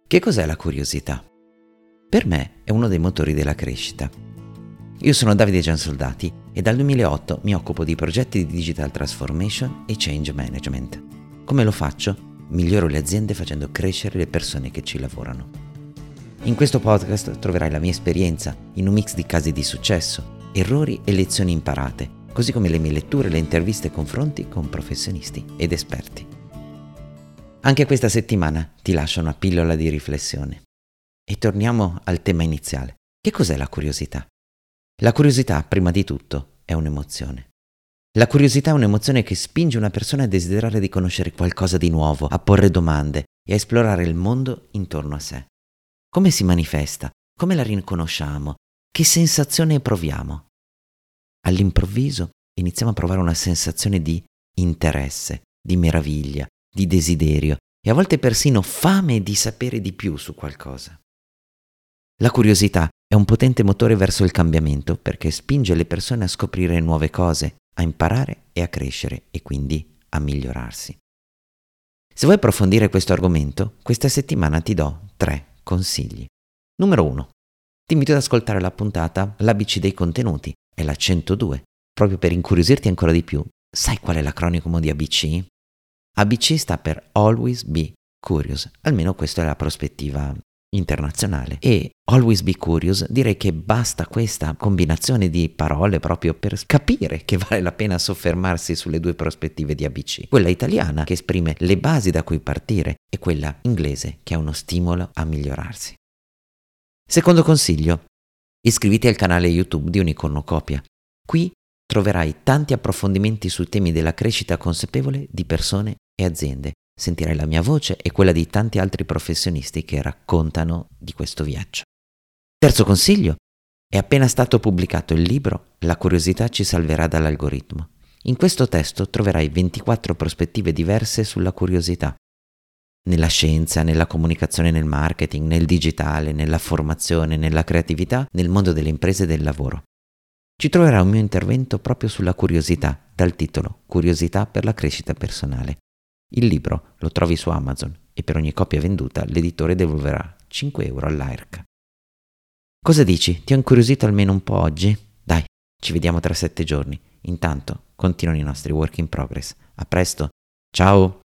Che cos'è la curiosità? Per me è uno dei motori della crescita. Io sono Davide Giansoldati e dal 2008 mi occupo di progetti di digital transformation e change management. Come lo faccio? Miglioro le aziende facendo crescere le persone che ci lavorano. In questo podcast troverai la mia esperienza in un mix di casi di successo, errori e lezioni imparate, così come le mie letture, le interviste e confronti con professionisti ed esperti. Anche questa settimana ti lascio una pillola di riflessione. E torniamo al tema iniziale. Che cos'è la curiosità? La curiosità, prima di tutto, è un'emozione. La curiosità è un'emozione che spinge una persona a desiderare di conoscere qualcosa di nuovo, a porre domande e a esplorare il mondo intorno a sé. Come si manifesta? Come la riconosciamo? Che sensazione proviamo? All'improvviso iniziamo a provare una sensazione di interesse, di meraviglia, di desiderio e a volte persino fame di sapere di più su qualcosa. La curiosità è un potente motore verso il cambiamento perché spinge le persone a scoprire nuove cose, a imparare e a crescere e quindi a migliorarsi. Se vuoi approfondire questo argomento, questa settimana ti do 3 consigli. Numero 1. Ti invito ad ascoltare la puntata L'ABC dei contenuti, è la 102, proprio per incuriosirti ancora di più. Sai qual è l'acronimo di ABC? ABC sta per Always Be Curious, almeno questa è la prospettiva internazionale. E Always Be Curious, direi che basta questa combinazione di parole proprio per capire che vale la pena soffermarsi sulle 2 prospettive di ABC. Quella italiana che esprime le basi da cui partire e quella inglese che è uno stimolo a migliorarsi. Secondo consiglio, iscriviti al canale YouTube di Unicornucopia. Qui troverai tanti approfondimenti sui temi della crescita consapevole di persone e aziende. Sentirai la mia voce e quella di tanti altri professionisti che raccontano di questo viaggio. Terzo consiglio, è appena stato pubblicato il libro La curiosità ci salverà dall'algoritmo. In questo testo troverai 24 prospettive diverse sulla curiosità. Nella scienza, nella comunicazione, nel marketing, nel digitale, nella formazione, nella creatività, nel mondo delle imprese e del lavoro. Ci troverà un mio intervento proprio sulla curiosità, dal titolo Curiosità per la crescita personale. Il libro lo trovi su Amazon e per ogni copia venduta l'editore devolverà 5 euro all'AIRC. Cosa dici? Ti ho incuriosito almeno un po' oggi? Dai, ci vediamo tra 7 giorni. Intanto, continuano i nostri work in progress. A presto, ciao!